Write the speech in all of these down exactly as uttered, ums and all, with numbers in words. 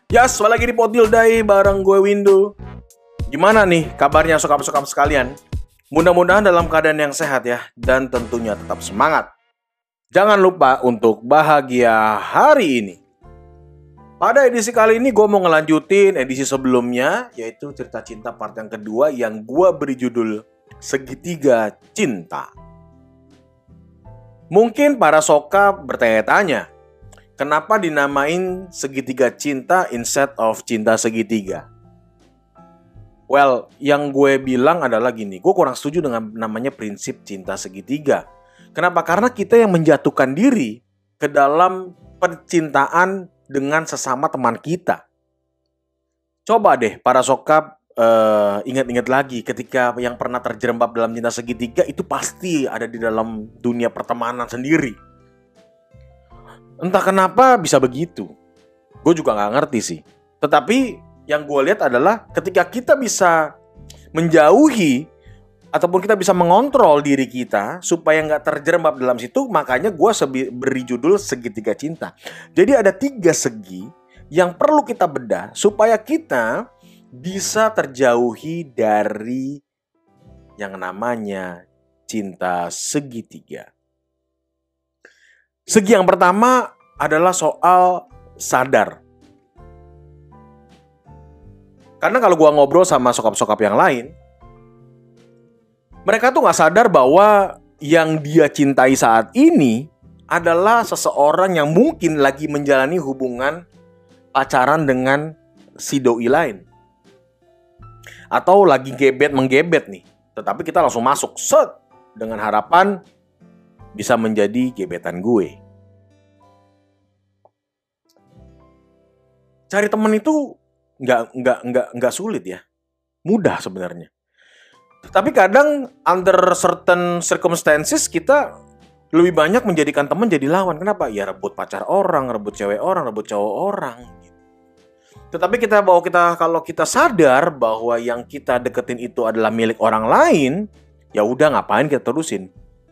Yas, balik lagi di Potildai bareng gue Windu. Gimana nih kabarnya sokap-sokap sekalian? Mudah-mudahan dalam keadaan yang sehat ya, dan tentunya tetap semangat. Jangan lupa untuk bahagia hari ini. Pada edisi kali ini gue mau ngelanjutin edisi sebelumnya, yaitu cerita cinta part yang kedua yang gue beri judul Segitiga Cinta. Mungkin para sokap bertanya-tanya, kenapa dinamain segitiga cinta instead of cinta segitiga? Well, yang gue bilang adalah gini, gue kurang setuju dengan namanya prinsip cinta segitiga. Kenapa? Karena kita yang menjatuhkan diri ke dalam percintaan dengan sesama teman kita. Coba deh para sokap uh, ingat-ingat lagi ketika yang pernah terjerembab dalam cinta segitiga itu pasti ada di dalam dunia pertemanan sendiri. Entah kenapa bisa begitu. Gue juga gak ngerti sih. Tetapi yang gue lihat adalah ketika kita bisa menjauhi ataupun kita bisa mengontrol diri kita supaya gak terjerembab dalam situ, makanya gue sebi- beri judul Segitiga Cinta. Jadi ada tiga segi yang perlu kita bedah supaya kita bisa terjauhi dari yang namanya cinta segitiga. Segi yang pertama adalah soal sadar. Karena kalau gua ngobrol sama sokap-sokap yang lain, mereka tuh gak sadar bahwa yang dia cintai saat ini adalah seseorang yang mungkin lagi menjalani hubungan pacaran dengan si doi lain. Atau lagi gebet-menggebet nih. Tetapi kita langsung masuk set dengan harapan bisa menjadi gebetan gue. Cari teman itu nggak nggak nggak nggak sulit ya, mudah sebenarnya. Tapi kadang under certain circumstances kita lebih banyak menjadikan teman jadi lawan. Kenapa? Ya rebut pacar orang, rebut cewek orang, rebut cowok orang. Tetapi kita bahwa kita kalau kita sadar bahwa yang kita deketin itu adalah milik orang lain, ya udah ngapain kita terusin?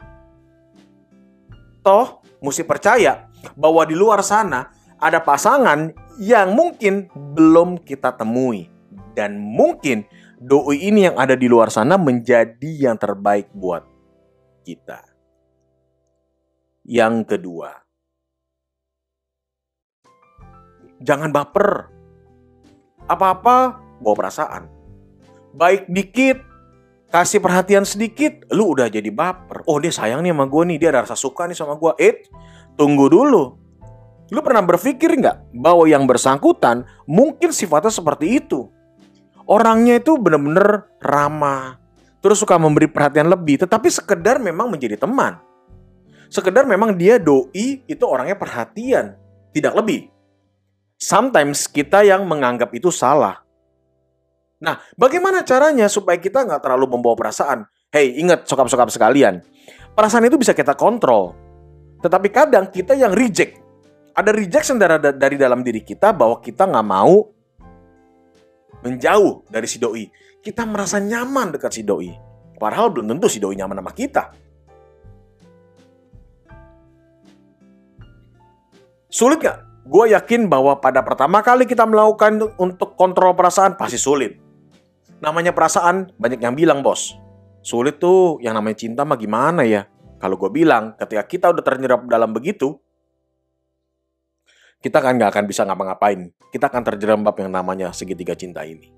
Toh mesti percaya bahwa di luar sana ada pasangan yang mungkin belum kita temui. Dan mungkin doi ini yang ada di luar sana menjadi yang terbaik buat kita. Yang kedua, jangan baper. Apa-apa bawa perasaan. Baik dikit, kasih perhatian sedikit, lu udah jadi baper. Oh dia sayang nih sama gue nih, dia ada rasa suka nih sama gue. Eh, tunggu dulu. Lu pernah berpikir nggak bahwa yang bersangkutan mungkin sifatnya seperti itu? Orangnya itu benar-benar ramah, terus suka memberi perhatian lebih, tetapi sekedar memang menjadi teman. Sekedar memang dia doi itu orangnya perhatian, tidak lebih. Sometimes kita yang menganggap itu salah. Nah, bagaimana caranya supaya kita nggak terlalu membawa perasaan? Hey, ingat sokap-sokap sekalian, perasaan itu bisa kita kontrol. Tetapi kadang kita yang reject. Ada rejection dari, dari dalam diri kita bahwa kita nggak mau menjauh dari si doi. Kita merasa nyaman dekat si doi. Padahal belum tentu si doi nyaman sama kita. Sulit nggak? Gue yakin bahwa pada pertama kali kita melakukan untuk kontrol perasaan pasti sulit. Namanya perasaan banyak yang bilang bos. Sulit tuh yang namanya cinta mah gimana ya? Kalau gue bilang ketika kita udah ternyerap dalam begitu, kita kan gak akan bisa ngapa-ngapain. Kita akan terjerembab yang namanya segitiga cinta ini.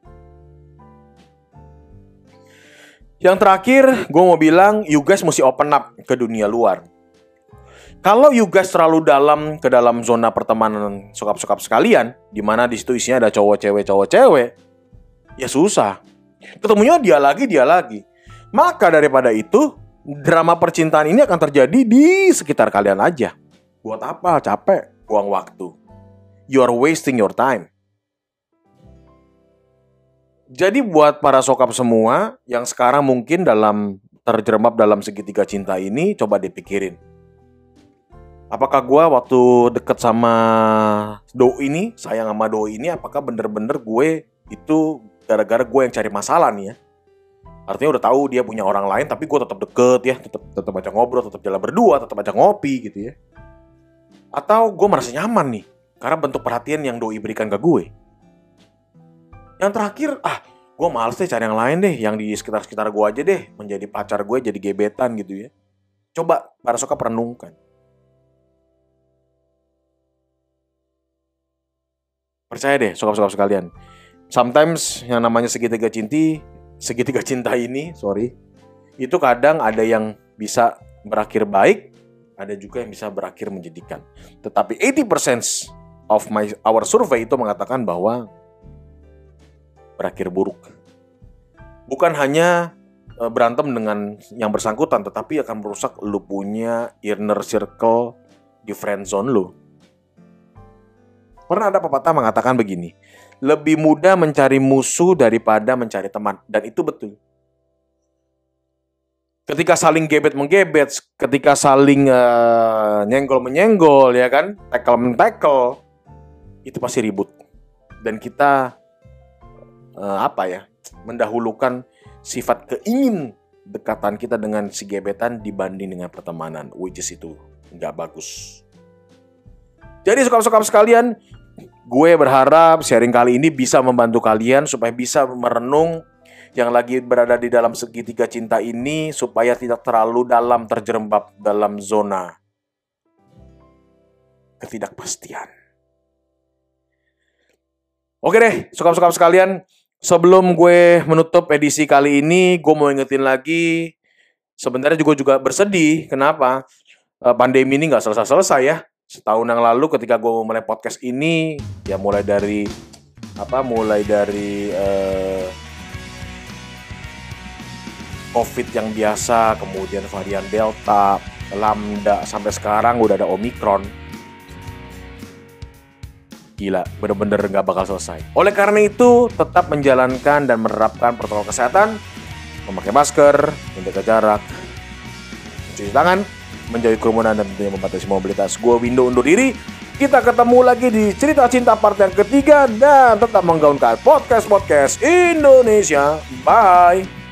Yang terakhir, gue mau bilang, you guys mesti open up ke dunia luar. Kalau you guys terlalu dalam ke dalam zona pertemanan sokap-sokap sekalian, di mana di situ isinya ada cowok cewek cowok cewek, ya susah. Ketemunya dia lagi dia lagi. Maka daripada itu, drama percintaan ini akan terjadi di sekitar kalian aja. Buat apa? Capek. Buang waktu. You are wasting your time. Jadi buat para sokap semua yang sekarang mungkin dalam terjerembab dalam segitiga cinta ini, coba dipikirin. Apakah gue waktu deket sama doi ini, sayang sama doi ini, apakah bener-bener gue itu gara-gara gue yang cari masalah nih ya? Artinya udah tahu dia punya orang lain, tapi gue tetap deket ya, tetap tetap ajak ngobrol, tetap jalan berdua, tetap ajak ngopi gitu ya. Atau gue merasa nyaman nih Karena bentuk perhatian yang doi berikan ke gue. Yang terakhir, ah gue males deh cari yang lain deh, yang di sekitar-sekitar gue aja deh, menjadi pacar gue, jadi gebetan gitu ya. Coba para soka perenungkan. Percaya deh soka-soka sekalian, sometimes yang namanya segitiga cinti, segitiga cinta ini, sorry, itu kadang ada yang bisa berakhir baik, ada juga yang bisa berakhir menjadikan. Tetapi eighty percent of my our survey itu mengatakan bahwa berakhir buruk. Bukan hanya berantem dengan yang bersangkutan, tetapi akan merusak lu punya inner circle di friend zone lu. Pernah ada pepatah mengatakan begini, lebih mudah mencari musuh daripada mencari teman. Dan itu betul. Ketika saling gebet-menggebet, ketika saling uh, nyenggol-menyenggol, ya kan, tackle-mentackle, itu pasti ribut. Dan kita uh, apa ya, mendahulukan sifat keingin dekatan kita dengan si gebetan dibanding dengan pertemanan, which is itu nggak bagus. Jadi sobat-sobat sekalian, gue berharap sharing kali ini bisa membantu kalian supaya bisa merenung yang lagi berada di dalam segitiga cinta ini, supaya tidak terlalu dalam terjerembab dalam zona ketidakpastian. Oke deh, sobat-sobat sekalian, sebelum gue menutup edisi kali ini, gue mau ingetin lagi, sebenarnya juga juga bersedih. Kenapa? Pandemi ini nggak selesai-selesai ya. Setahun yang lalu ketika gue mulai podcast ini, ya mulai dari apa? Mulai dari eh, COVID yang biasa, kemudian varian Delta, Lambda, sampai sekarang udah ada Omicron. Gila, bener-bener gak bakal selesai. Oleh karena itu, tetap menjalankan dan menerapkan protokol kesehatan, memakai masker, menjaga jarak, mencuci tangan, menjauhi kerumunan, dan tentunya membatasi mobilitas. Gue Windo undur diri. Kita ketemu lagi di Cerita Cinta part yang ketiga, dan tetap menggaungkan podcast-podcast Indonesia. Bye!